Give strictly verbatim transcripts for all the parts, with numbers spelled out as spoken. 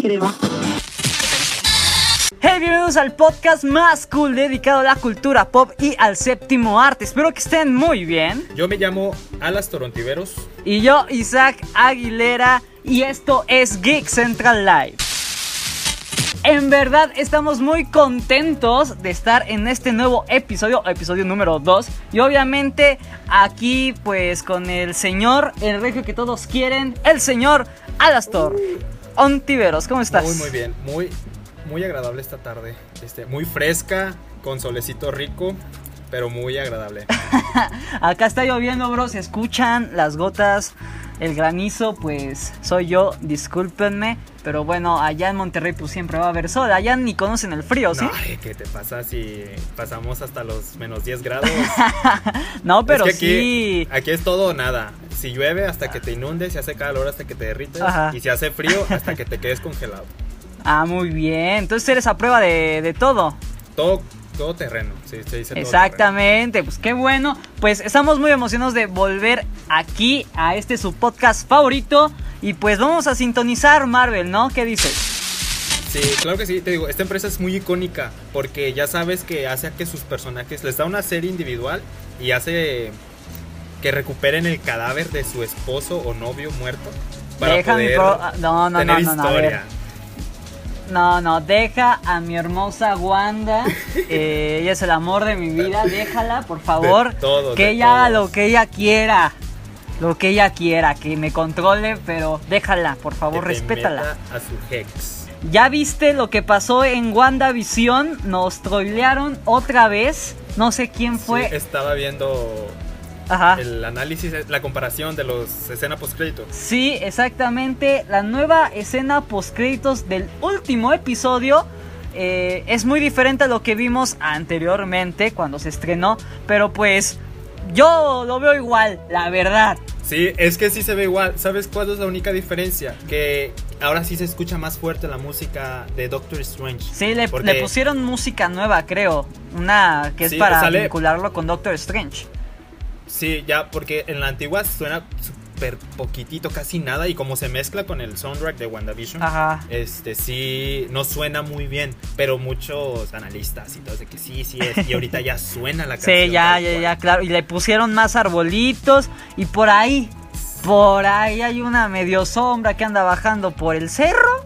crema. Hey, bienvenidos al podcast más cool dedicado a la cultura pop y al séptimo arte. Espero que estén muy bien. Yo me llamo Alastor Ontiveros. Y yo, Isaac Aguilera. Y esto es Geek Central Live. En verdad estamos muy contentos de estar en este nuevo episodio, episodio número dos. Y obviamente aquí pues con el señor, el regio que todos quieren, el señor Alastor Ontiveros. ¿Cómo estás? Muy, muy bien, muy, muy agradable esta tarde. Este, muy fresca, con solecito rico, pero muy agradable. Acá está lloviendo, bro, se escuchan las gotas, el granizo, pues soy yo, discúlpenme. Pero bueno, allá en Monterrey pues siempre va a haber sol. Allá ni conocen el frío, ¿sí? No, ¿qué te pasa si pasamos hasta los menos diez grados? No, pero es que aquí, sí. Aquí es todo o nada. Si llueve hasta que te inundes, si hace calor hasta que te derrites. Ajá. Y si hace frío hasta que te quedes congelado. Ah, muy bien. Entonces eres a prueba de, de todo. Todo, todo terreno, sí, se dice todo Exactamente, terreno. Pues qué bueno. Pues estamos muy emocionados de volver aquí a este su podcast favorito. Y pues vamos a sintonizar Marvel, ¿no? ¿Qué dices? Sí, claro que sí, te digo, esta empresa es muy icónica porque ya sabes que hace que sus personajes, les da una serie individual y hace que recuperen el cadáver de su esposo o novio muerto para Deja poder mi pro... no, no, tener no, no, historia. No, no, deja a mi hermosa Wanda, eh, ella es el amor de mi vida, déjala, por favor, De todos, que de ella haga todos. lo que ella quiera, lo que ella quiera, que me controle, pero déjala, por favor, Que te respétala. meta a su hex. ¿Ya viste lo que pasó en WandaVision? Nos trolearon otra vez, no sé quién fue. Sí, estaba viendo Ajá. el análisis, la comparación de los escenas postcréditos. Sí, exactamente. La nueva escena postcréditos del último episodio eh, es muy diferente a lo que vimos anteriormente cuando se estrenó. Pero pues yo lo veo igual, la verdad. Sí, es que sí se ve igual. ¿Sabes cuál es la única diferencia? Que ahora sí se escucha más fuerte la música de Doctor Strange. Sí, le, Porque- le pusieron música nueva, creo. Una que es Sí, para sale- vincularlo con Doctor Strange. Sí, ya, porque en la antigua suena súper poquitito, casi nada. Y como se mezcla con el soundtrack de WandaVision, Ajá. este sí, no suena muy bien. Pero muchos analistas y todos de que sí, sí es. Y ahorita ya suena la canción. Sí, ya, tal ya, cual. ya, claro. Y le pusieron más arbolitos. Y por ahí, por ahí hay una medio sombra que anda bajando por el cerro.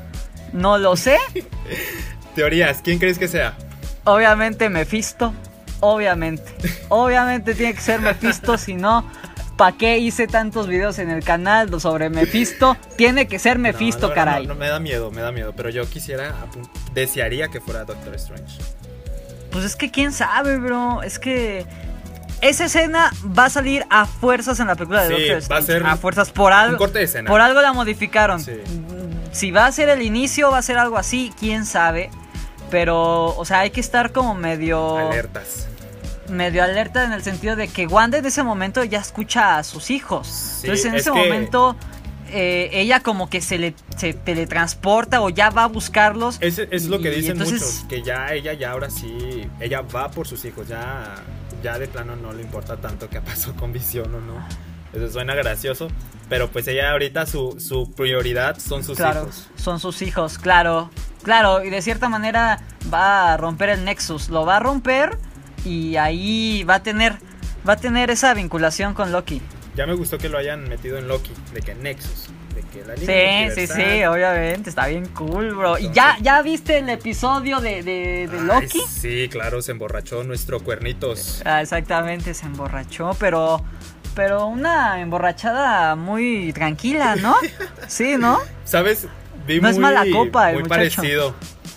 No lo sé. Teorías, ¿quién crees que sea? Obviamente Mephisto. Obviamente. Obviamente tiene que ser Mephisto. Si no, ¿para qué hice tantos videos en el canal sobre Mephisto? Tiene que ser Mephisto, No, no, caray. No, no, me da miedo, me da miedo. Pero yo quisiera, apun- desearía que fuera Doctor Strange. Pues es que quién sabe, bro. Es que esa escena va a salir a fuerzas en la película de Sí, Doctor va a Strange. ser a fuerzas por algo. un corte de escena. Por algo la modificaron. Sí. Si va a ser el inicio, va a ser algo así, quién sabe. Pero, o sea, hay que estar como medio Alertas. medio alerta en el sentido de que Wanda en ese momento ya escucha a sus hijos. Sí, Entonces en es ese que- momento eh, ella como que se le se teletransporta o ya va a buscarlos. Es, es lo que Y dicen entonces- muchos, que ya ella ya ahora sí, ella va por sus hijos, ya, ya de plano no le importa tanto qué pasó con Visión o no. Eso suena gracioso, pero pues ella ahorita su, su prioridad son sus Claro, hijos. son sus hijos, claro. Claro, y de cierta manera va a romper el Nexus, lo va a romper y ahí va a tener va a tener esa vinculación con Loki. Ya me gustó que lo hayan metido en Loki, de que Nexus, de que la Sí, línea sí, universal. sí, obviamente, está bien cool, bro. ¿Y Entonces- ya, ya viste el episodio de, de, de Ay, Loki? sí, claro, se emborrachó nuestro cuernitos. Ah, exactamente, se emborrachó, pero pero una emborrachada muy tranquila, ¿no? Sí, ¿no? ¿Sabes? Vi No es muy, mala copa el muy muchacho. parecido.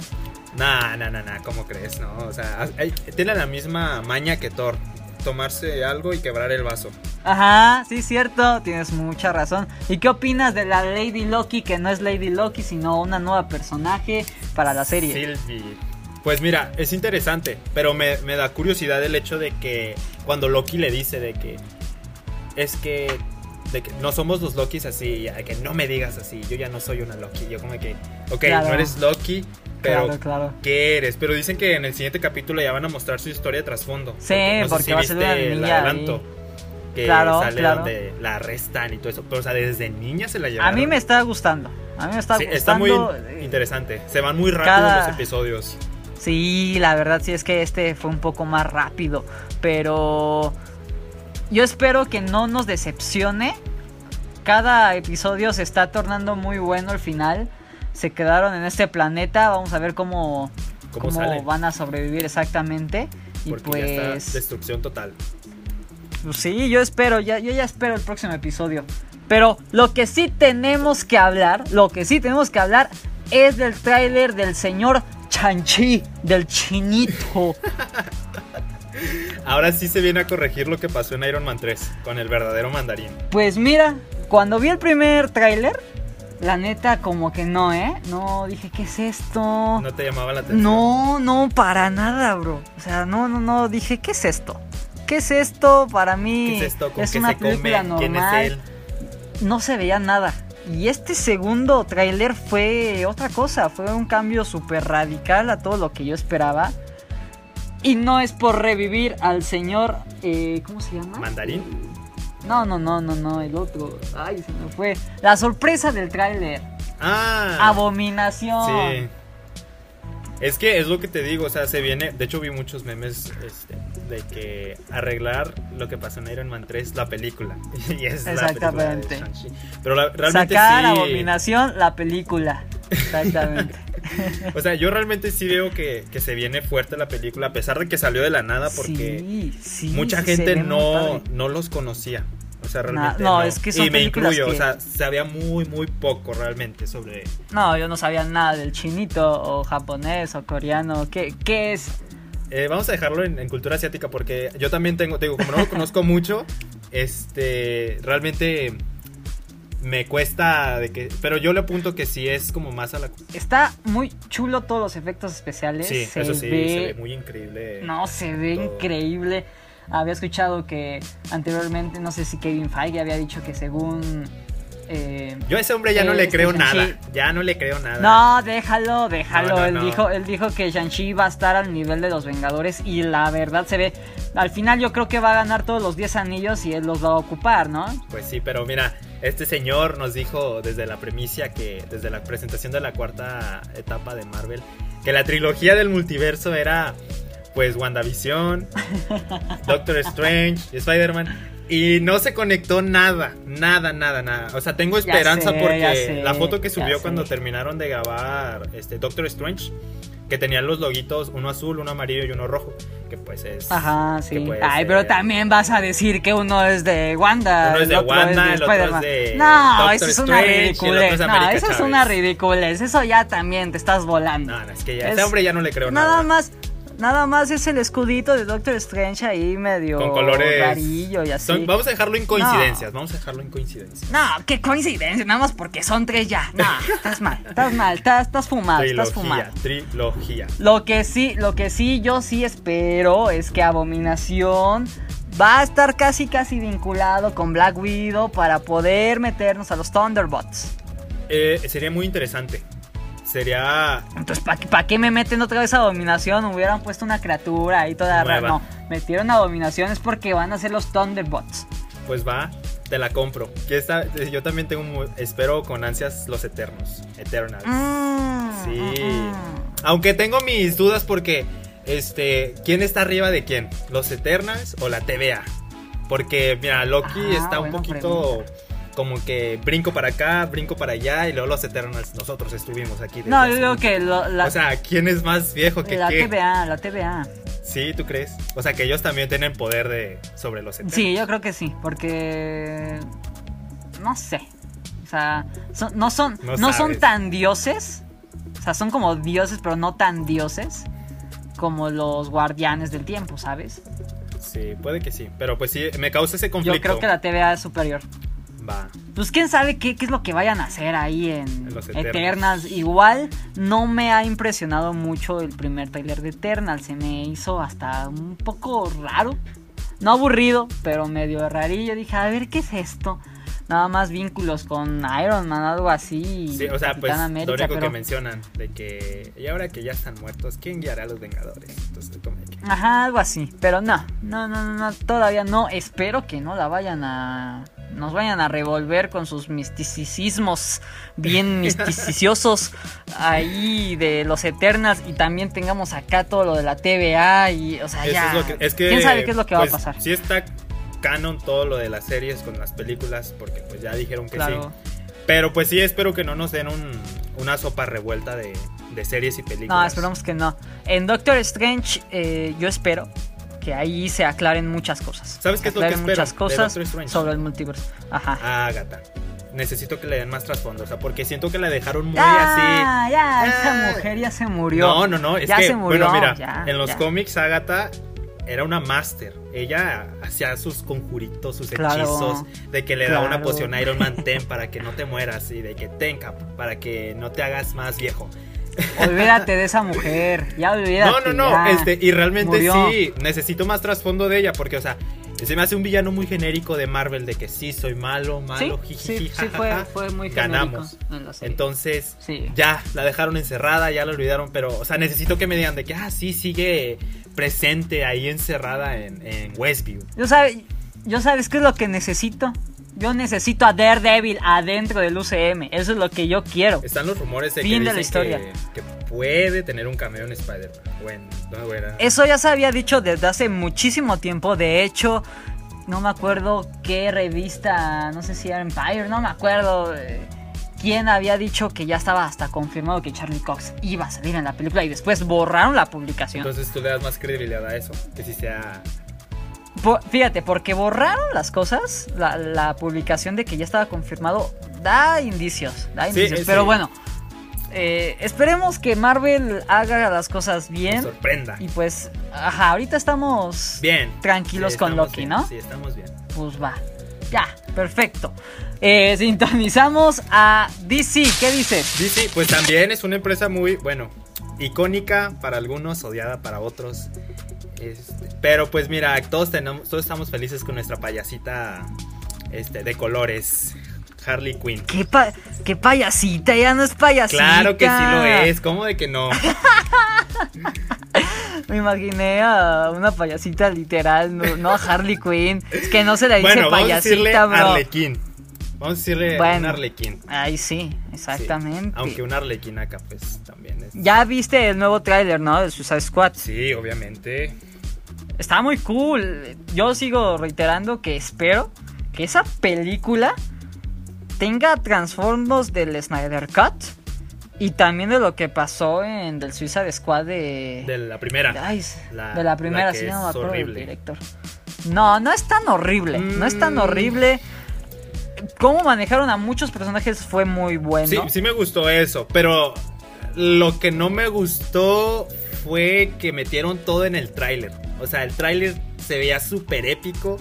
Nah, nah, nah, nah, ¿cómo crees? No, o sea, hay- tiene la misma maña que Thor. Tomarse algo y quebrar el vaso. Ajá, sí, cierto, tienes mucha razón. ¿Y qué opinas de la Lady Loki, que no es Lady Loki, sino una nueva personaje para la serie? Sylvie. Pues mira, es interesante, pero me, me da curiosidad el hecho de que cuando Loki le dice de que es que, de que no somos los Lokis así, ya, que no me digas así, yo ya no soy una Loki. Yo como que, ok, Claro. no eres Loki, pero Claro, claro. ¿qué eres? Pero dicen que en el siguiente capítulo ya van a mostrar su historia de trasfondo. Sí, no sé porque si va a ser viste una el niña adelanto. ahí. Que Claro, sale claro. donde la arrestan y todo eso. Pero, o sea, desde niña se la llevaron. A mí me está gustando. A mí me está sí, gustando. Está muy interesante. Se van muy rápido cada... los episodios. Sí, la verdad sí es que este fue un poco más rápido. Pero yo espero que no nos decepcione. Cada episodio se está tornando muy bueno al final. Se quedaron en este planeta. Vamos a ver cómo, cómo, cómo van a sobrevivir exactamente. Y porque pues ya está destrucción total. Pues sí, yo espero, ya, yo ya espero el próximo episodio. Pero lo que sí tenemos que hablar, lo que sí tenemos que hablar es del tráiler del señor Shang-Chi, del chinito. Ahora sí se viene a corregir lo que pasó en Iron Man tres con el verdadero mandarín. Pues mira, cuando vi el primer tráiler, la neta como que no, ¿eh? No, dije, ¿qué es esto? ¿No te llamaba la atención? No, no, para nada, bro. O sea, no, no, no, dije, ¿qué es esto? ¿Qué es esto? Para mí ¿Qué es esto? ¿Con es qué una se come? película normal. ¿Quién es él? No se veía nada. Y este segundo tráiler fue otra cosa. Fue un cambio súper radical a todo lo que yo esperaba. Y no es por revivir al señor... Eh, ¿Cómo se llama? ¿Mandarín? No, no, no, no, no, el otro. Ay, se me fue. La sorpresa del tráiler. Ah. Abominación. Sí. Es que es lo que te digo, o sea, se viene... De hecho vi muchos memes este, de que arreglar lo que pasó en Iron Man tres, la película. Y es exactamente. La película de Shang-Chi. Pero la, realmente sacar sí... Abominación, la película. Exactamente. O sea, yo realmente sí veo que, que se viene fuerte la película, a pesar de que salió de la nada, porque sí, sí, mucha sí, gente no, no los conocía. O sea, realmente no, no. Es que son y me incluyo, que... o sea, sabía muy, muy poco realmente sobre... No, yo no sabía nada del chinito, o japonés, o coreano. ¿Qué, qué es? Eh, vamos a dejarlo en, en cultura asiática, porque yo también tengo, te digo, como no lo conozco mucho, este, realmente me cuesta de que... Pero yo le apunto que sí es como más a la... Está muy chulo todos los efectos especiales. Sí, se eso sí, ve... se ve muy increíble. No, se ve todo. Increíble. Había escuchado que anteriormente, no sé si Kevin Feige había dicho que según... Eh, yo a ese hombre ya no le creo nada. Ya no le creo nada. No, déjalo, déjalo. No, no, él, no. Dijo, él dijo que Shang-Chi va a estar al nivel de los Vengadores. Y la verdad se ve. Al final yo creo que va a ganar todos los diez anillos y él los va a ocupar, ¿no? Pues sí, pero mira, este señor nos dijo desde la premisa que, desde la presentación de la cuarta etapa de Marvel, que la trilogía del multiverso era, pues, WandaVision, Doctor Strange y Spider-Man. Y no se conectó nada, nada, nada, nada. O sea, tengo esperanza sé, porque sé, la foto que subió cuando sé. terminaron de grabar este Doctor Strange, que tenían los loguitos, uno azul, uno amarillo y uno rojo, que pues es... Ajá, sí. Ay, ser... pero también vas a decir que uno es de Wanda. Uno es de el otro Wanda, es de el otro Spider-Man. es de No, Doctor eso es una Strange, ridiculez. es No, América eso es Chávez. una ridiculez. Eso ya también te estás volando. No, no, es que ya, es... ese hombre ya no le creo nada. nada. Nada más... Nada más es el escudito de Doctor Strange ahí medio con colores rarillo y así. Son, vamos a dejarlo en coincidencias, no. Vamos a dejarlo en coincidencias. No, qué coincidencia, nada más porque son tres ya. No, estás mal, estás mal, estás, estás fumado, trilogía, estás fumado. Trilogía. Lo que sí, lo que sí, yo sí espero es que Abominación va a estar casi casi vinculado con Black Widow para poder meternos a los Thunderbolts. Eh, sería muy interesante. Sería... Entonces, ¿para pa qué me meten otra vez a Abominación? Hubieran puesto una criatura ahí toda rara. No, metieron a Abominación es porque van a ser los Thunderbolts. Pues va, te la compro. Que esta, yo también tengo muy, espero con ansias los Eternos. Eternals. Mm, sí. mm. Aunque tengo mis dudas porque, este, ¿quién está arriba de quién? ¿Los Eternals o la T V A? Porque, mira, Loki ah, está un poquito... Pregunta. Como que brinco para acá, brinco para allá y luego los Eternals, nosotros estuvimos aquí. No, yo digo que... Lo, la, o sea, ¿quién es más viejo que la qué? T V A, la T V A. Sí, ¿tú crees? O sea, que ellos también tienen poder de sobre los Eternals. Sí, yo creo que sí, porque... No sé. O sea, son, no, son, no, no son tan dioses. O sea, son como dioses, pero no tan dioses como los guardianes del tiempo, ¿sabes? Sí, puede que sí, pero pues sí, me causa ese conflicto. Yo creo que la T V A es superior. Va. Pues quién sabe qué, qué es lo que vayan a hacer ahí en, en los Eternals. Eternals. Igual no me ha impresionado mucho el primer tráiler de Eternals. Se me hizo hasta un poco raro. No aburrido, pero medio rarillo. Dije, a ver, ¿qué es esto? Nada más vínculos con Iron Man, algo así. Sí, o sea, Capitán pues América, lo único pero... que mencionan de que... Y ahora que ya están muertos, ¿quién guiará a los Vengadores? Entonces, como que... Ajá, algo así. Pero no, no, no, no, todavía no. Espero que no la vayan a... nos vayan a revolver con sus misticismos bien misticiosos ahí de los Eternals, y también tengamos acá todo lo de la T V A y, o sea, Eso ya, es lo que, es que, quién sabe qué es lo que pues, va a pasar. Sí está canon todo lo de las series con las películas, porque pues ya dijeron que Claro. sí. Pero pues sí, espero que no nos den un, una sopa revuelta de, de series y películas. No, esperamos que no. En Doctor Strange, eh, yo espero que ahí se aclaren muchas cosas. ¿Sabes qué es lo que Aclaren espero muchas de cosas Doctor Strange? sobre el multiverso. Ajá. Ah, Agatha. Necesito que le den más trasfondo, o sea, porque siento que la dejaron muy ya, así. ya, Ah. esa mujer ya se murió. No, no, no, es ya que, se murió, bueno, mira, ya, en los ya. cómics Agatha era una máster. Ella hacía sus conjuritos, sus Claro, hechizos, de que le daba una claro. poción a Iron Man, ten para que no te mueras, y de que ten, cap, para que no te hagas más viejo. Olvídate de esa mujer, ya olvídate. No, no, no, ya. este, y realmente Murió. sí, necesito más trasfondo de ella, porque, o sea, se me hace un villano muy genérico de Marvel, de que sí, soy malo, malo, Sí, jijiji, sí, sí, fue, jajaja. fue muy Ganamos. genérico en la serie. Entonces, Sí. ya, la dejaron encerrada, ya la olvidaron, pero, o sea, necesito que me digan de que, ah, sí, sigue presente ahí encerrada en, en Westview. Yo sabe, yo sabes qué es lo que necesito. Yo necesito a Daredevil adentro del U C M. Eso es lo que yo quiero. Están los rumores de Fin que de la dicen historia. que, que puede tener un cameo en Spider-Man. Bueno, no, era. Eso ya se había dicho desde hace muchísimo tiempo. De hecho, no me acuerdo qué revista, no sé si era Empire, no me acuerdo eh, quién había dicho que ya estaba hasta confirmado que Charlie Cox iba a salir en la película, y después borraron la publicación. Entonces tú le das más credibilidad a eso, que si sea... Por- fíjate, porque borraron las cosas, la, la publicación de que ya estaba confirmado, da indicios, da Sí, indicios. eh, Pero sí. bueno, eh, esperemos que Marvel haga las cosas Me bien. sorprenda. Y pues, ajá, ahorita estamos Bien. tranquilos Sí, con estamos Loki, bien, ¿no? Sí, estamos bien. Pues va, ya, perfecto. Eh, sintonizamos a D C, ¿qué dices? D C, pues también es una empresa muy, bueno, icónica para algunos, odiada para otros. Este, pero pues mira, todos tenemos, todos estamos felices con nuestra payasita este, de colores, Harley Quinn. ¿Qué, pa- qué payasita? Ya no es payasita. Claro que sí lo es, ¿cómo de que no? Me imaginé a una payasita literal, no, no a Harley Quinn. Es que no se le dice Bueno, vamos a decirle payasita, bro. Arlequín. Vamos a decirle Bueno. un Arlequín. Ay, sí, exactamente. Sí, aunque un Arlequín acá pues también es... Ya viste el nuevo tráiler, ¿no? De Suicide Squad. Sí, obviamente. Está muy cool. Yo sigo reiterando que espero que esa película tenga trasfondos del Snyder Cut y también de lo que pasó en del Suicide Squad de... De la primera. Ay, La- de la primera, la que sí, no es me acuerdo del horrible. director. No, no es tan horrible. No es tan Mm. horrible. Cómo manejaron a muchos personajes fue muy bueno. Sí, sí me gustó eso, pero lo que no me gustó fue que metieron todo en el tráiler. O sea, el tráiler se veía súper épico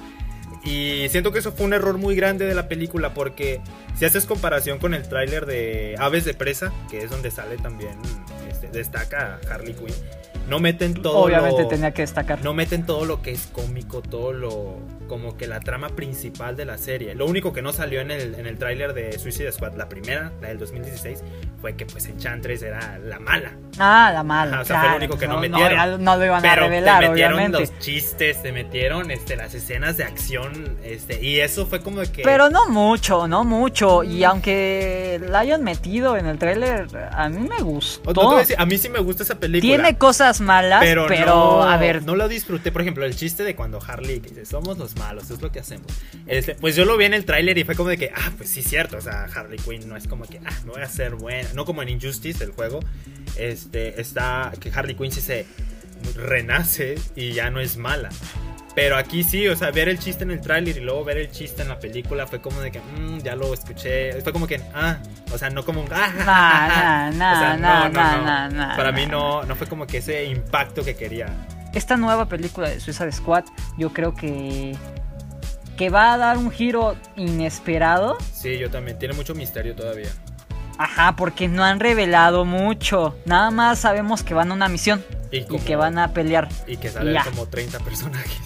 y siento que eso fue un error muy grande de la película, porque si haces comparación con el tráiler de Aves de Presa, que es donde sale también, este, destaca Harley Quinn, no meten todo Obviamente lo, tenía que destacar. no meten todo lo que es cómico, todo lo como que la trama principal de la serie. Lo único que no salió en el, en el tráiler de Suicide Squad, la primera, la del dos mil dieciséis, fue que pues Enchantress era la mala. Ah, la mala. Ajá, o sea, fue claro, lo único que no, no, metieron. ya no lo iban Pero a revelar, te metieron obviamente. los chistes, te metieron este, las escenas de acción, este, y eso fue como que... Pero no mucho, no mucho. Y aunque la hayan metido en el tráiler, a mí me gustó. No te voy a decir, a mí sí me gusta esa película. Tiene cosas malas, pero, pero, no, a ver. no lo disfruté. Por ejemplo, el chiste de cuando Harley que dice, somos los malos, es lo que hacemos. Este, pues yo lo vi en el tráiler y fue como de que, ah, pues sí, cierto. O sea, Harley Quinn no es como que, ah, no voy a ser buena. No como en Injustice, el juego. Este, está que Harley Quinn sí se renace y ya no es mala. Pero aquí sí, o sea, ver el chiste en el tráiler y luego ver el chiste en la película fue como de que, mmm, ya lo escuché. Fue como que, ah, o sea, no como un, ah, Nah, nah, o sea, nah, no, no, nah, no. nah, nah, Para nah, mí nah. no, no fue como que ese impacto que quería. Esta nueva película de Suicide Squad, yo creo que. que va a dar un giro inesperado. Sí, yo también. Tiene mucho misterio todavía. Ajá, porque no han revelado mucho. Nada más sabemos que van a una misión Y, y como- que van a pelear. Y que salen ya. como treinta personajes.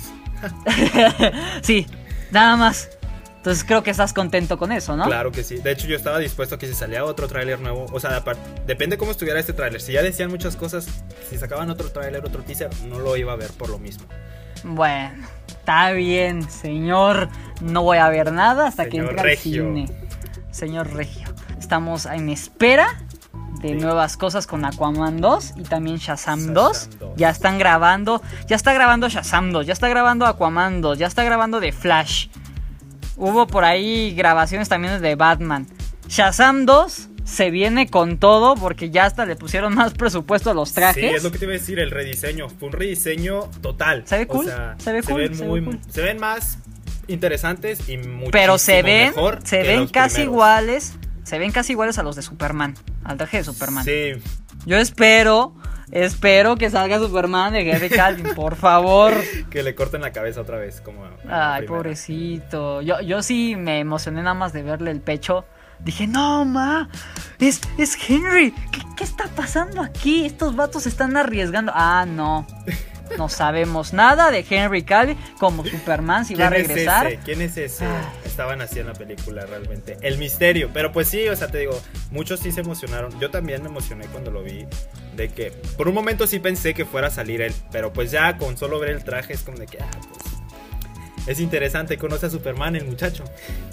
Sí, nada más. Entonces creo que estás contento con eso, ¿no? Claro que sí. De hecho, yo estaba dispuesto a que si salía otro tráiler nuevo. O sea, apar- depende cómo estuviera este tráiler. Si ya decían muchas cosas, si sacaban otro tráiler, otro teaser, no lo iba a ver por lo mismo. Bueno, Está bien, señor. No voy a ver nada hasta Señor que entre Regio. al cine. Señor Regio. Estamos en espera de Sí. nuevas cosas con Aquaman dos y también Shazam, Shazam dos. dos. Ya están grabando. Ya está grabando Shazam dos. Ya está grabando Aquaman dos. Ya está grabando The Flash. Hubo por ahí grabaciones también de Batman. Shazam dos se viene con todo porque ya hasta le pusieron más presupuesto a los trajes. Sí, es lo que te iba a decir, el rediseño. Fue un rediseño total. Se ve O cool, sea, se ve cool, ven se ve muy, cool. se ven más interesantes y muchísimo Pero se ven, mejor se que ven los casi primeros. iguales. Se ven casi iguales a los de Superman. Al traje de Superman. Sí, Yo espero, espero que salga Superman de Henry Cavill, por favor. que le corten la cabeza otra vez, como en la Ay, primera. pobrecito. Yo, yo sí me emocioné nada más de verle el pecho. Dije, no, ma, es, es Henry. ¿Qué, ¿Qué está pasando aquí? Estos vatos se están arriesgando. Ah, no. No sabemos nada de Henry Cavill como Superman, si va a ¿Quién es regresar. ese? ¿Quién es ese? Ay. Estaban así en la película realmente. El misterio. Pero pues sí, o sea, te digo, muchos sí se emocionaron. Yo también me emocioné cuando lo vi. De que por un momento sí pensé que fuera a salir él. Pero pues ya con solo ver el traje es como de que, ah, pues. Es interesante, conoce a Superman el muchacho.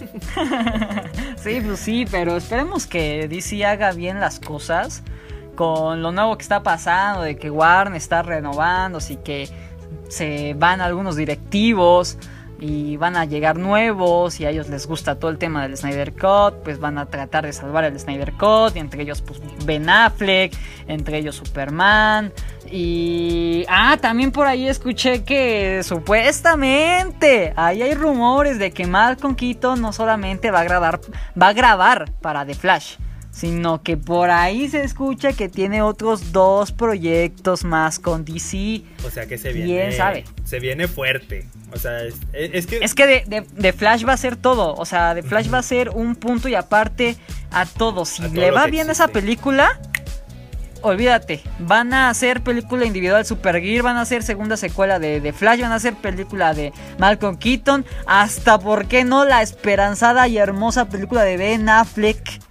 Sí, pues sí, pero esperemos que D C haga bien las cosas con lo nuevo que está pasando, de que Warner está renovando, así que se van algunos directivos y van a llegar nuevos y a ellos les gusta todo el tema del Snyder Cut, pues van a tratar de salvar el Snyder Cut, y entre ellos pues Ben Affleck, entre ellos Superman. Y ah, también por ahí escuché que supuestamente ahí hay rumores de que Malcolm Keaton no solamente va a grabar, va a grabar para The Flash, sino que por ahí se escucha que tiene otros dos proyectos más con D C. O sea que se ¿Quién viene. sabe? Se viene fuerte. O sea, es, es que. Es que de, de, de Flash va a ser todo. O sea, de Flash va a ser un punto y aparte a todo. Si A todo le lo va que bien existe. esa película, olvídate. Van a hacer película individual Supergear, van a hacer segunda secuela de, de Flash, van a hacer película de Malcolm Keaton. Hasta, ¿por qué no? La esperanzada y hermosa película de Ben Affleck.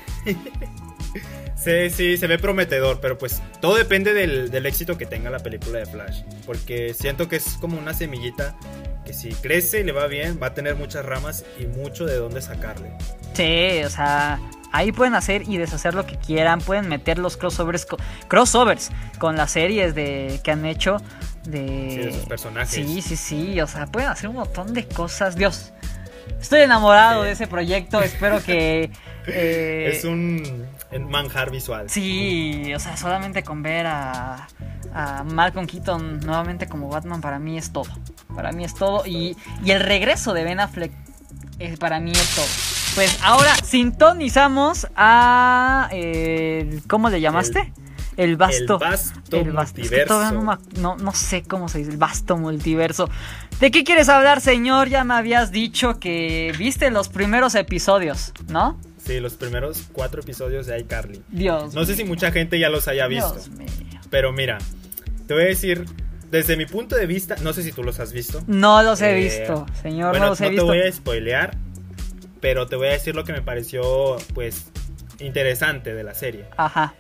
Sí, sí, se ve prometedor, pero pues todo depende del, del éxito que tenga la película de Flash. Porque siento que es como una semillita que si crece y le va bien, va a tener muchas ramas y mucho de dónde sacarle. Sí, o sea, ahí pueden hacer y deshacer lo que quieran. Pueden meter los crossovers, co- crossovers con las series de que han hecho de... Sí, de sus personajes. Sí, sí, sí, o sea, pueden hacer un montón de cosas. Dios, estoy enamorado Sí. de ese proyecto. Espero que... eh, Es un manjar visual. Sí, o sea, solamente con ver a, a Malcolm Keaton nuevamente como Batman para mí es todo. Para mí es todo. Y, y el regreso de Ben Affleck eh, para mí es todo. Pues ahora sintonizamos a... eh, ¿cómo le llamaste? El, el vasto. El vasto el vasto. Es que multiverso. todavía no, ma- no, no sé cómo se dice. El vasto multiverso. ¿De qué quieres hablar, señor? Ya me habías dicho que viste los primeros episodios, ¿no? Sí, los primeros cuatro episodios de iCarly. Dios No sé si mucha gente ya los haya visto. Dios mío. Pero mira, te voy a decir, desde mi punto de vista, no sé si tú los has visto. No los he Eh, visto, señor, Bueno, no los he no visto. te voy a spoilear, pero te voy a decir lo que me pareció, pues, interesante de la serie. Ajá.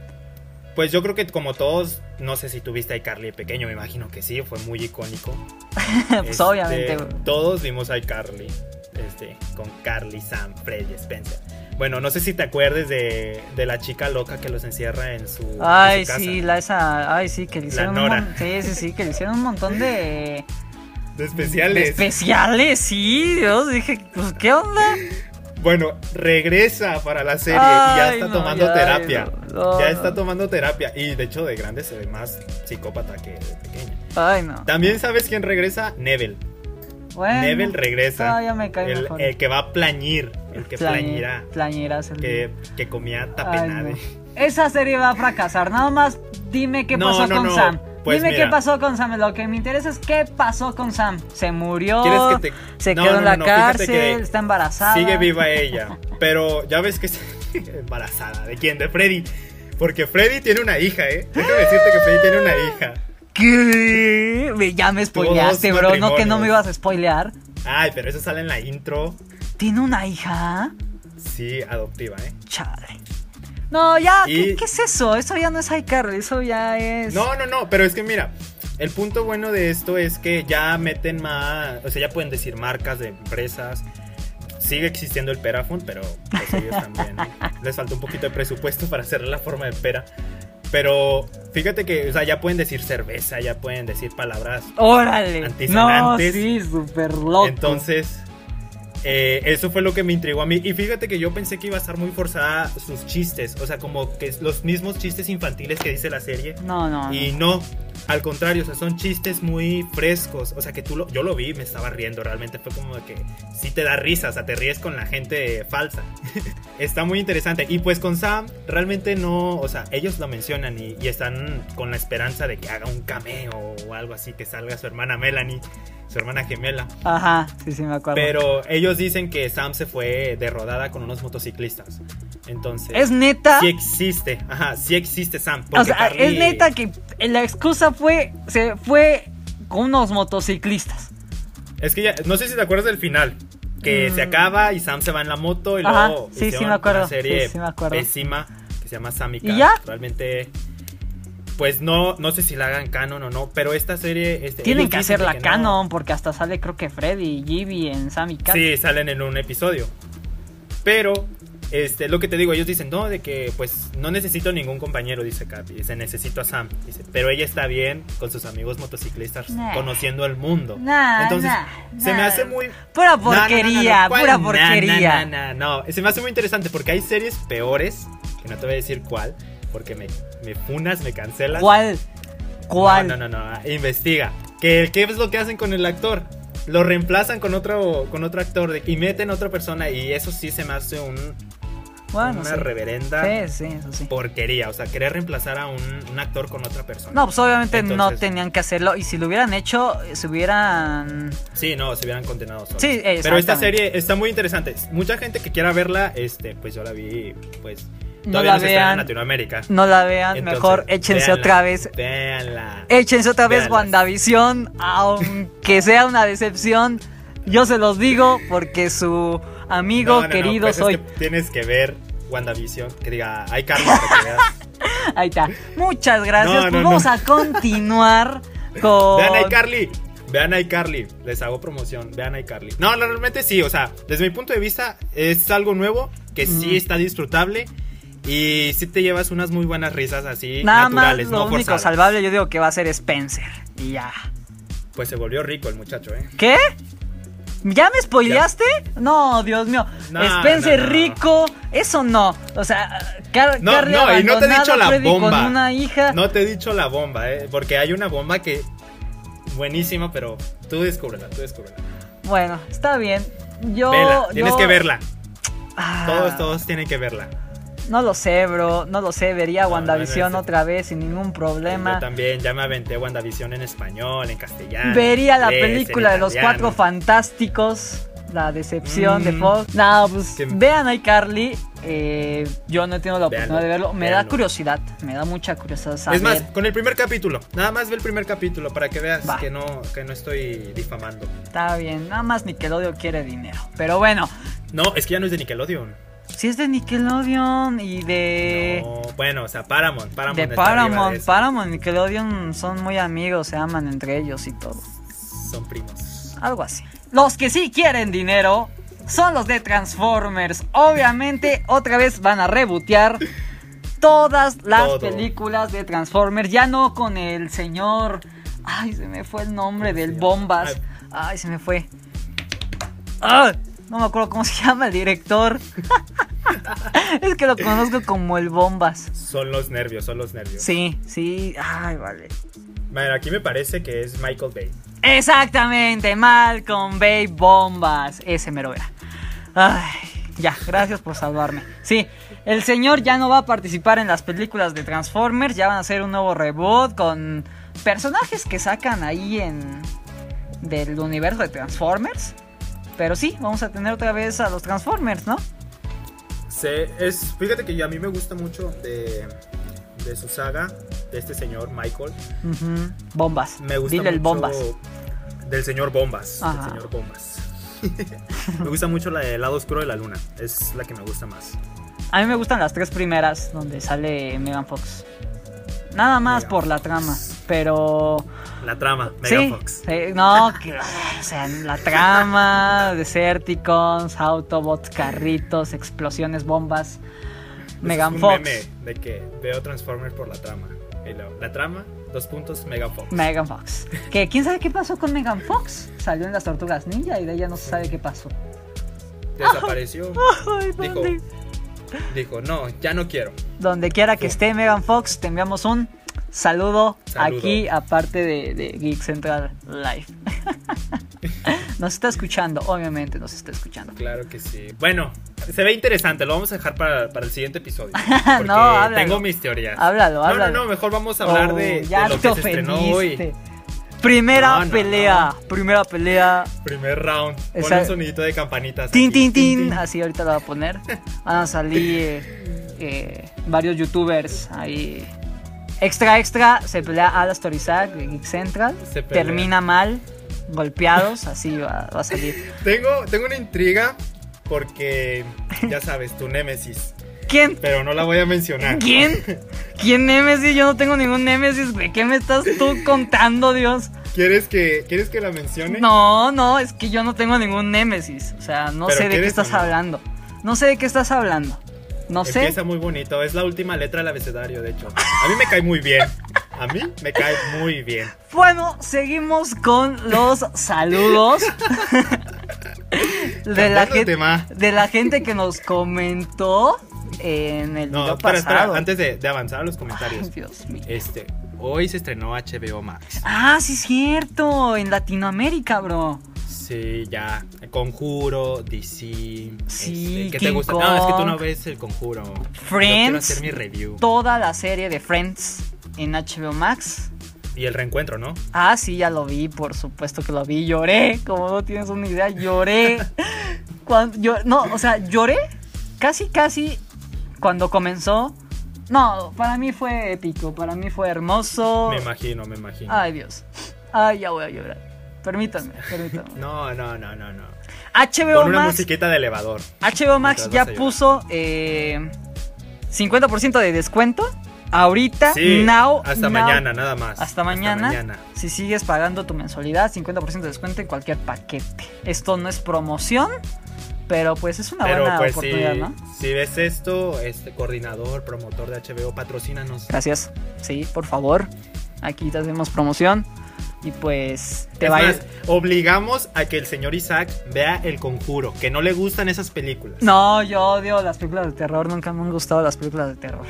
Pues yo creo que como todos, no sé si tuviste a iCarly de pequeño, me imagino que sí, fue muy icónico. Pues Este, obviamente. Todos vimos a iCarly, este, con Carly, Sam, Freddy, Spencer. Bueno, no sé si te acuerdes de, de la chica loca que los encierra en su, en Ay, su casa. sí, la esa, ay, sí, que le hicieron un Nora. mon- sí, sí, sí, que le hicieron un montón de, De de especiales. especiales, sí, Dios, dije, pues, ¿qué onda? Bueno, regresa para la serie y Ay, ya está no, tomando ya, terapia. no, no, ya no. está tomando terapia. Y de hecho, de grande se ve más psicópata que de pequeña. Ay, no. También sabes quién regresa, Neville. Bueno, Neville regresa. todavía me cae el, mejor. el que va a plañir, el que Plañe- plañirá. plañeras el- Que, que comía Ay, tapenade. no. Esa serie va a fracasar. Nada más dime qué No, pasó no, con no. Sam. Pues dime mira. qué pasó con Sam. Lo que me interesa es qué pasó con Sam. Se murió. ¿Quieres que te- Se No, quedó no, en no, la no, fíjate cárcel. que Está embarazada. Sigue viva ella. Pero ya ves que está embarazada. ¿De quién? De Freddy. Porque Freddy tiene una hija, ¿eh? Déjame decirte que Freddy tiene una hija. ¿Qué? Me- Ya me Tuvo spoileaste, dos bro. No que no matrimonios. me ibas a spoilear. Ay, pero eso sale en la intro. ¿Tiene una hija? Sí, adoptiva, ¿eh? Chale. No, ya, Y- ¿qué, qué es eso? Eso ya no es iCarly, eso ya es... No, no, no, pero es que mira, el punto bueno de esto es que ya meten más, o sea, ya pueden decir marcas de empresas. Sigue existiendo el Perafon, pero pues ellos también les falta un poquito de presupuesto para hacerle la forma de pera. Pero fíjate que, o sea, ya pueden decir cerveza, ya pueden decir palabras ¡órale! antisonantes. No, sí, súper loco. Entonces, eh, eso fue lo que me intrigó a mí. Y fíjate que yo pensé que iba a estar muy forzada sus chistes. O sea, como que los mismos chistes infantiles que dice la serie. No, no, Y no, al contrario, o sea, son chistes muy frescos. O sea, que tú lo, yo lo vi, me estaba riendo. Realmente fue como de que sí te da risa, o sea, te ríes con la gente falsa. Está muy interesante. Y pues con Sam, realmente no, o sea, ellos lo mencionan y, y están con la esperanza de que haga un cameo o algo así, que salga su hermana Melanie, su hermana gemela. Ajá, sí, sí, me acuerdo. Pero ellos dicen que Sam se fue de rodada con unos motociclistas. Entonces, ¿es neta? Sí existe, ajá, sí existe Sam. O sea, Carly... es neta que la excusa fue, se fue con unos motociclistas. Es que ya, no sé si te acuerdas del final. Que mm. se acaba y Sam se va en la moto y ajá, luego sí, sí me acuerdo. Una serie sí, sí me acuerdo. pésima que se llama Sam y Cat. ¿Y ya? Realmente, pues no, no sé si la hagan canon o no, pero esta serie... Este, tienen que hacerla que canon, no. porque hasta sale creo que Freddy y Gibby en Sam y Cat. Sí, salen en un episodio. Pero... Este, lo que te digo, ellos dicen, no, de que pues no necesito ningún compañero, dice Kat, dice, necesito a Sam, dice, pero ella está bien con sus amigos motociclistas, nah. conociendo el mundo. Nah, Entonces, nah, se nah. me hace muy... Pura porquería, no, no, no, no, pura nah, porquería. No, no, no, no, se me hace muy interesante porque hay series peores, que no te voy a decir cuál, porque me, me funas, me cancelas. ¿Cuál? ¿Cuál? No, no, no, no, investiga. ¿Qué, qué es lo que hacen con el actor? Lo reemplazan con otro, con otro actor de, y meten a otra persona y eso sí se me hace un... Bueno, una sí. reverenda sí, sí, eso sí. porquería, o sea, querer reemplazar a un, un actor con otra persona. No, pues obviamente Entonces, no tenían que hacerlo y si lo hubieran hecho, se hubieran... Sí, no, se hubieran condenado solos. Sí, pero esta serie está muy interesante. Mucha gente que quiera verla, este, pues yo la vi, pues no todavía la no se estrena vean, en Latinoamérica. No la vean, Entonces, mejor échense véanla, otra vez. Véanla. Échense otra vez véanla. WandaVision, aunque sea una decepción. Yo se los digo porque su amigo no, no, querido no, pues soy. Es que tienes que ver WandaVision, que diga, ay Carlos, para que veas. Ahí está. Muchas gracias. No, pues no, vamos no. a continuar con. Vean a iCarly. Vean a iCarly. Les hago promoción. Vean a iCarly. No, realmente sí. O sea, desde mi punto de vista, es algo nuevo que sí mm. está disfrutable. Y sí te llevas unas muy buenas risas así. Nada naturales, más lo no único forzadas. salvable yo digo que va a ser Spencer. Y ya. Pues se volvió rico el muchacho, ¿eh? ¿Qué? ¿Ya me spoileaste? Ya. No, Dios mío. No, Spencer no, no. rico, eso no. O sea, Car no, Carly no, y no te he dicho la Freddy bomba. Con una hija. No te he dicho la bomba, ¿eh? Porque hay una bomba que buenísima, pero tú descúbrela, tú descúbrela. Bueno, está bien. Yo. Vela, tienes yo... que verla. Ah, todos, todos tienen que verla. No lo sé, bro. No lo sé. Vería no, WandaVision no, no, otra vez sin ningún problema. Yo también, ya me aventé WandaVision en español, en castellano. Vería en la inglés, película de los italiano. Cuatro Fantásticos. La decepción mm. de Fox. No, pues que... vean a iCarly. Eh, yo no he tenido la oportunidad Véanlo, de verlo. Me véanlo. da curiosidad. Me da mucha curiosidad saber. Es más, con el primer capítulo. Nada más ve el primer capítulo para que veas Va. que no, que no estoy difamando. Está bien. Nada más Nickelodeon quiere dinero. Pero bueno. No, es que ya no es de Nickelodeon. Si es de Nickelodeon y de... No, bueno, o sea, Paramount. Paramount de está arriba Paramount. de eso. Paramount y Nickelodeon son muy amigos. Se aman entre ellos y todo. Son primos. Algo así. Los que sí quieren dinero son los de Transformers. Obviamente, otra vez van a rebotear todas las Todo. películas de Transformers. Ya no con el señor... Ay, se me fue el nombre del Bombas. Ay, se me fue. ¡Ah! No me acuerdo cómo se llama el director. Es que lo conozco como el Bombas. Son los nervios, son los nervios. Sí, sí. Ay, vale. Bueno, aquí me parece que es Michael Bay. Exactamente, Malcolm Bay Bombas. Ese mero era. Ay, ya, gracias por salvarme. Sí, el señor ya no va a participar en las películas de Transformers. Ya van a hacer un nuevo reboot con personajes que sacan ahí en del universo de Transformers. Pero sí, vamos a tener otra vez a los Transformers, ¿no? Sí, es, fíjate que a mí me gusta mucho de, de su saga, de este señor Michael. Uh-huh. Bombas. Me gusta Dile mucho el Bombas. Del señor Bombas. Ajá. Del señor Bombas. Me gusta mucho la de Lado Oscuro de la Luna. Es la que me gusta más. A mí me gustan las tres primeras donde sale Megan Fox. nada más Megan por la Fox. trama, pero... La trama, Megan Sí, Fox. sí, no, que, o sea, la trama, Deserticons, Autobots, carritos, explosiones, bombas, Megan Es un Fox. meme de que veo Transformers por la trama. Y luego, la trama, dos puntos, Megan Fox. Megan Fox. Que quién sabe qué pasó con Megan Fox. Salió en las Tortugas Ninja y de ella no se sabe qué pasó. Desapareció. Ay, Dijo, ¿dónde? dijo, no, ya no quiero. Donde quiera que Fu. esté Megan Fox, te enviamos un saludo, Saludo. aquí, aparte de, de Geek Central Live. Nos está escuchando, obviamente nos está escuchando. Claro que sí. Bueno, se ve interesante, lo vamos a dejar para, para el siguiente episodio. Porque No, háblalo. tengo mis teorías. Háblalo, no, háblalo. No, no, mejor vamos a hablar Oh, de, de ya lo te que se estrenó ofendiste. hoy. Primera No, no, pelea, primera pelea. Primer round. Pon Esa- un sonidito de campanitas. Tin, aquí. tin, tin. Así ahorita lo voy a poner. Van a salir eh, eh, varios youtubers ahí. Extra, extra. Se pelea Alastor Isaac de Geek Central. Se pelea. Termina mal. Golpeados. Así va, va a salir. Tengo, tengo una intriga porque, ya sabes, tu némesis. ¿Quién? Pero no la voy a mencionar. ¿Quién? ¿Quién Némesis? Yo no tengo ningún Némesis, güey. ¿Qué me estás tú contando, Dios? ¿Quieres que, ¿quieres que la mencione? No, no, es que yo no tengo ningún Némesis. O sea, no ¿Pero sé de qué quieres estás o no? hablando. No sé de qué estás hablando. No sé. Empieza muy bonito, es la última letra del abecedario, de hecho. A mí me cae muy bien. A mí me cae muy bien. Bueno, seguimos con los saludos de la, Cambiando de gente, tema. de la gente que nos comentó en el No, video espera, pasado. espera, antes de, de avanzar a los comentarios. Ay, Dios mío. Este, hoy se estrenó H B O Max. Ah, sí es cierto, en Latinoamérica, bro. Sí, ya. El Conjuro, D C. Sí, este, ¿qué King te gusta? No, es que tú Kong. no ves el Conjuro. Yo Friends. quiero hacer mi review. Toda la serie de Friends en H B O Max. Y el reencuentro, ¿no? Ah, sí, ya lo vi, por supuesto que lo vi. Lloré, como no tienes una idea, lloré. Cuando, yo, no, o sea, lloré casi, casi cuando comenzó. No, para mí fue épico, para mí fue hermoso. Me imagino, me imagino. Ay, Dios. Ay, ya voy a llorar. Permítanme, permítanme. No, no, no, no, no. H B O Con una Max, musiquita de elevador. H B O Max Mientras ya vas a llorar. puso eh, cincuenta por ciento de descuento. Ahorita, Sí, now, hasta now, mañana, nada más. Hasta mañana, mañana. si sigues pagando tu mensualidad, cincuenta por ciento de descuento en cualquier paquete. Esto no es promoción, pero pues es una Pero buena pues oportunidad, si, ¿no? si ves esto, este coordinador, promotor de H B O, patrocínanos. Gracias. Sí, por favor. Aquí te hacemos promoción. Y pues te Es va a más, ir. obligamos a que el señor Isaac vea El Conjuro, que no le gustan esas películas. No, yo odio las películas de terror. Nunca me han gustado las películas de terror.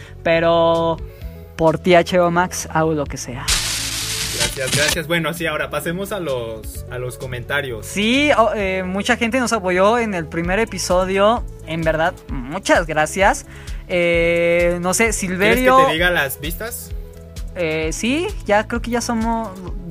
Pero por ti, H B O Max, hago lo que sea. Gracias, gracias. Bueno, sí, ahora pasemos a los, a los comentarios. Sí, oh, eh, mucha gente nos apoyó en el primer episodio. En verdad, muchas gracias. Eh, no sé, ¿Quieres Silverio. que te diga las vistas? Eh, sí, ya creo que ya somos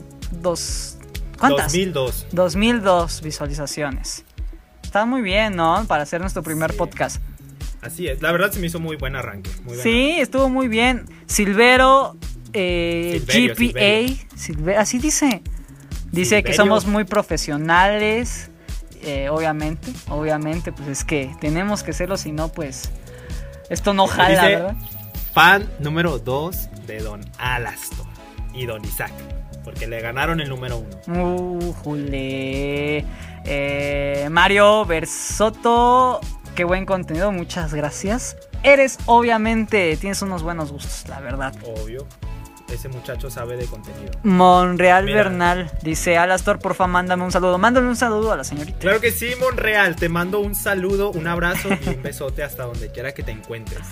dos. ¿Cuántas? dos mil dos. dos mil dos visualizaciones. Está muy bien, ¿no? Para hacer nuestro primer Sí. podcast. Así es, la verdad se me hizo muy buen arranque. Muy buen Sí, estuvo muy bien. Silvero, eh, Silverio, G P A, Silve- así dice. Dice que Silverio. somos muy profesionales. eh, obviamente, obviamente, pues es que tenemos que serlo, si no, pues esto no jala, Dice- ¿verdad? Fan número dos de Don Alastor y Don Isaac, porque le ganaron el número uno. Uh, jule. Eh, Mario Versoto, qué buen contenido, muchas gracias. Eres, obviamente, tienes unos buenos gustos, la verdad. Obvio, ese muchacho sabe de contenido. Monreal Mira. Bernal dice: Alastor, porfa, mándame un saludo. Mándame un saludo a la señorita. Claro que sí, Monreal, te mando un saludo, un abrazo y un besote hasta donde quiera que te encuentres.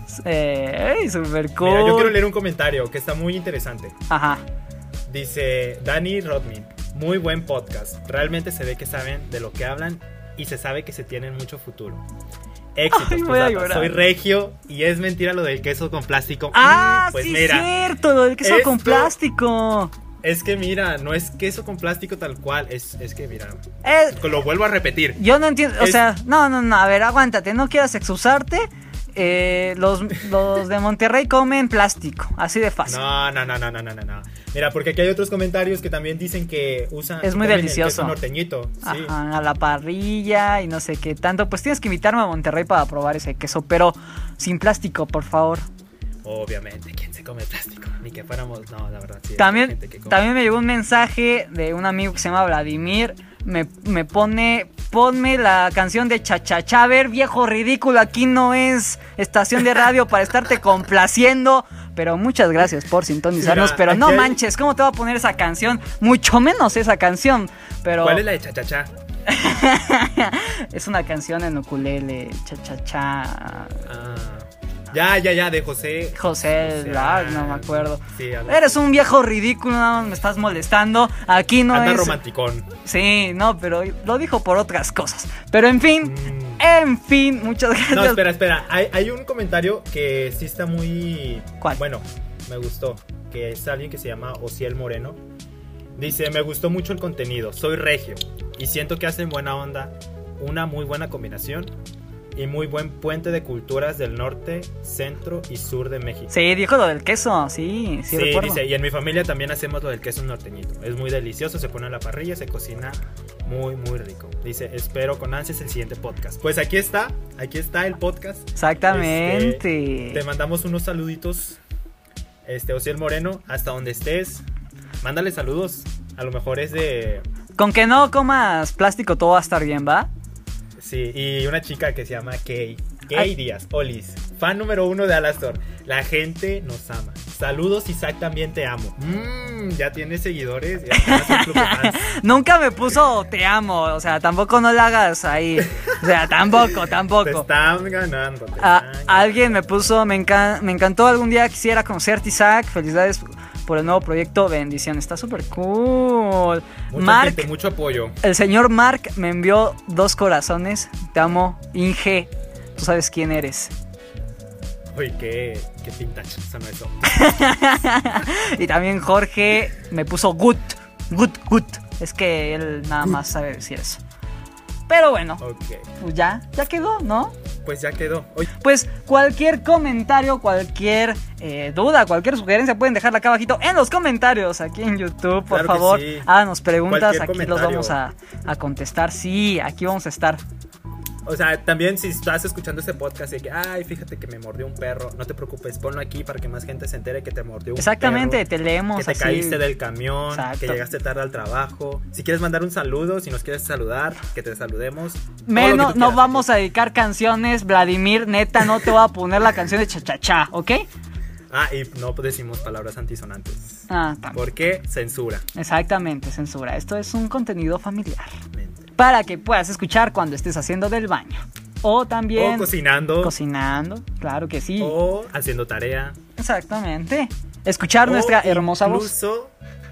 Eh, ey, super cool. Mira, yo quiero leer un comentario que está muy interesante. Ajá. Dice Dani Rodmin, muy buen podcast. Realmente se ve que saben de lo que hablan y se sabe que se tienen mucho futuro. Éxitos, Ay, voy a postdata. llorar. Soy regio y es mentira lo del queso con plástico. Ah, Mm, pues sí, mira, cierto, lo del queso con esto- plástico. es que mira, no es queso con plástico tal cual, es, es que mira, Eh, lo vuelvo a repetir. yo no entiendo, o Es- sea, no, no, no, a ver, aguántate, no quieras excusarte. Eh, los, los de Monterrey comen plástico, así de fácil. No, no, no, no, no, no, no. Mira, porque aquí hay otros comentarios que también dicen que usan Es muy comen el delicioso. queso norteñito. Sí. Ajá, a la parrilla y no sé qué tanto. Pues tienes que invitarme a Monterrey para probar ese queso, pero sin plástico, por favor. Obviamente, ¿quién se come plástico? Ni que fuéramos, no, la verdad, sí. También, gente que come. también me llegó un mensaje de un amigo que se llama Vladimir. Me, me pone, ponme la canción de Cha-Cha-Cha. A ver, viejo ridículo, aquí no es estación de radio para estarte complaciendo. Pero muchas gracias por sintonizarnos. Mira, pero no hay... manches, ¿cómo te va a poner esa canción? Mucho menos esa canción. Pero... ¿Cuál es la de Cha-Cha-Cha? Es una canción en ukulele, Cha-Cha-Cha. Ah, ya, ya, ya, de José. José, José ah, no me acuerdo. Sí, Eres un viejo ridículo, nada más me estás molestando. Aquí no Anda es... romanticón. Sí, no, pero lo dijo por otras cosas. Pero en fin, Mm. en fin, muchas gracias. No, espera, espera. Hay, hay un comentario que sí está muy... ¿Cuál? Bueno, me gustó. Que es alguien que se llama Ociel Moreno. Dice, me gustó mucho el contenido. Soy regio y siento que hacen buena onda. Una muy buena combinación y muy buen puente de culturas del norte, centro y sur de México. Sí, dijo lo del queso, sí, sí, Sí, recuerdo. dice, y en mi familia también hacemos lo del queso norteñito. Es muy delicioso, se pone a la parrilla, se cocina muy, muy rico. Dice, espero con ansias el siguiente podcast. Pues aquí está, aquí está el podcast. Exactamente. Este, te mandamos unos saluditos, este, Ociel Moreno, hasta donde estés. Mándale saludos, a lo mejor es de... Con que no comas plástico todo va a estar bien, ¿va? Sí, y una chica que se llama Kay. Kay Ay. Díaz, Olis, fan número uno de Alastor. La gente nos ama. Saludos, Isaac, también te amo. Mmm, ya tienes seguidores. Ya tienes un club de fans. Nunca me puso te amo, o sea, tampoco no la hagas ahí. O sea, tampoco, Te tampoco. están ganando. Te Ah, están ganando. alguien me puso, me, encan- me encantó, algún día quisiera conocerte, Isaac. Felicidades por el nuevo proyecto, bendiciones, está súper cool. Mucha Mark, gente, mucho apoyo. el señor Mark me envió dos corazones. Te amo, Inge, tú sabes quién eres. Uy, qué, qué vintage sonó eso. Y también Jorge me puso good, good, good. Es que él nada más sabe decir eso. Pero bueno, Ok, pues ya, ya quedó, ¿no? pues ya quedó. Oye, Pues cualquier comentario, cualquier eh, duda, cualquier sugerencia pueden dejarla acá abajito en los comentarios aquí en YouTube, por Claro que favor. sí. Háganos preguntas, Cualquier aquí los comentario. vamos a, a contestar. Sí, aquí vamos a estar. o sea, también si estás escuchando este podcast y que, ay, fíjate que me mordió un perro, no te preocupes, ponlo aquí para que más gente se entere que te mordió un Exactamente, perro. te leemos Que te así. caíste del camión, Exacto. que llegaste tarde al trabajo. Si quieres mandar un saludo, si nos quieres saludar, que te saludemos. Menos, no vamos a dedicar canciones, Vladimir, neta, no te voy a poner la canción de Cha-Cha-Cha, ¿ok? Ah, y no decimos palabras antisonantes. Ah, también. ¿Por qué? Censura. Exactamente, censura. Esto es un contenido familiar. Mente. Para que puedas escuchar cuando estés haciendo del baño. O también O cocinando. cocinando, claro que sí. O haciendo tarea. Exactamente. Escuchar o nuestra hermosa voz. Incluso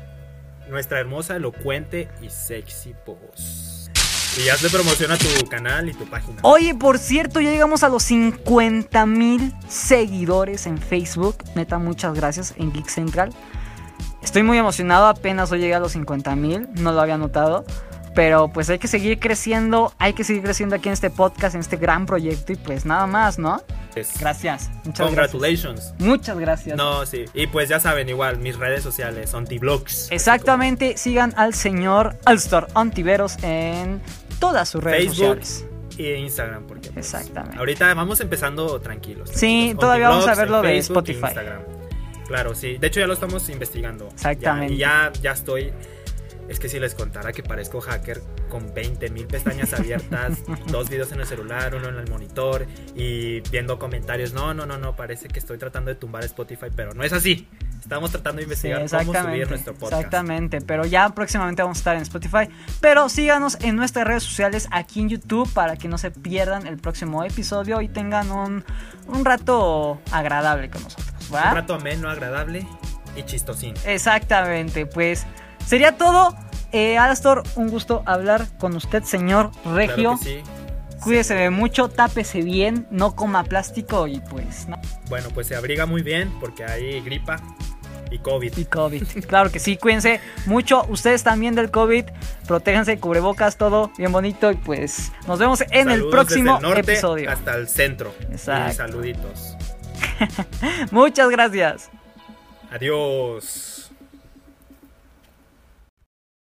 nuestra hermosa, elocuente y sexy voz. Y hazle promoción a tu canal y tu página. Oye, por cierto, ya llegamos a los cincuenta mil seguidores en Facebook. Neta, muchas gracias en Geek Central. Estoy muy emocionado, apenas hoy llegué a los cincuenta mil, no lo había notado. Pero pues hay que seguir creciendo, hay que seguir creciendo aquí en este podcast, en este gran proyecto. Y pues nada más, ¿no? Pues, Gracias, muchas congratulations. gracias. Muchas gracias. No, sí. Y pues ya saben, igual, mis redes sociales, Ontivlogs. Exactamente, sigan al señor Alstor Ontiveros en todas sus redes Facebook sociales. y Instagram, porque pues, Exactamente. ahorita vamos empezando tranquilos. Sí, tranquilos. todavía vamos a Ontivlogs ver lo en de Facebook e Spotify. Instagram. Claro, sí. De hecho, ya lo estamos investigando. Exactamente. Ya, y ya, ya estoy. Es que si les contara que parezco hacker con veinte mil pestañas abiertas, dos videos en el celular, uno en el monitor y viendo comentarios. No, no, no, no, parece que estoy tratando de tumbar Spotify, pero no es así. Estamos tratando de Sí, investigar cómo subir nuestro podcast. exactamente, pero ya próximamente vamos a estar en Spotify. Pero síganos en nuestras redes sociales aquí en YouTube para que no se pierdan el próximo episodio y tengan un, un rato agradable con nosotros, ¿va? Un rato ameno, agradable y chistosín. Exactamente, pues sería todo. Eh, Alastor, un gusto hablar con usted, señor Regio. Claro que sí. Cuídese mucho, tápese bien, no coma plástico y pues no. Bueno, pues se abriga muy bien porque hay gripa y COVID. Y COVID. Claro que sí, cuídense mucho. Ustedes también del COVID. Protéjanse, cubrebocas, todo bien bonito. Y pues nos vemos en Saludos el próximo desde el norte episodio. hasta el centro. Exacto. Y saluditos. Muchas gracias. Adiós.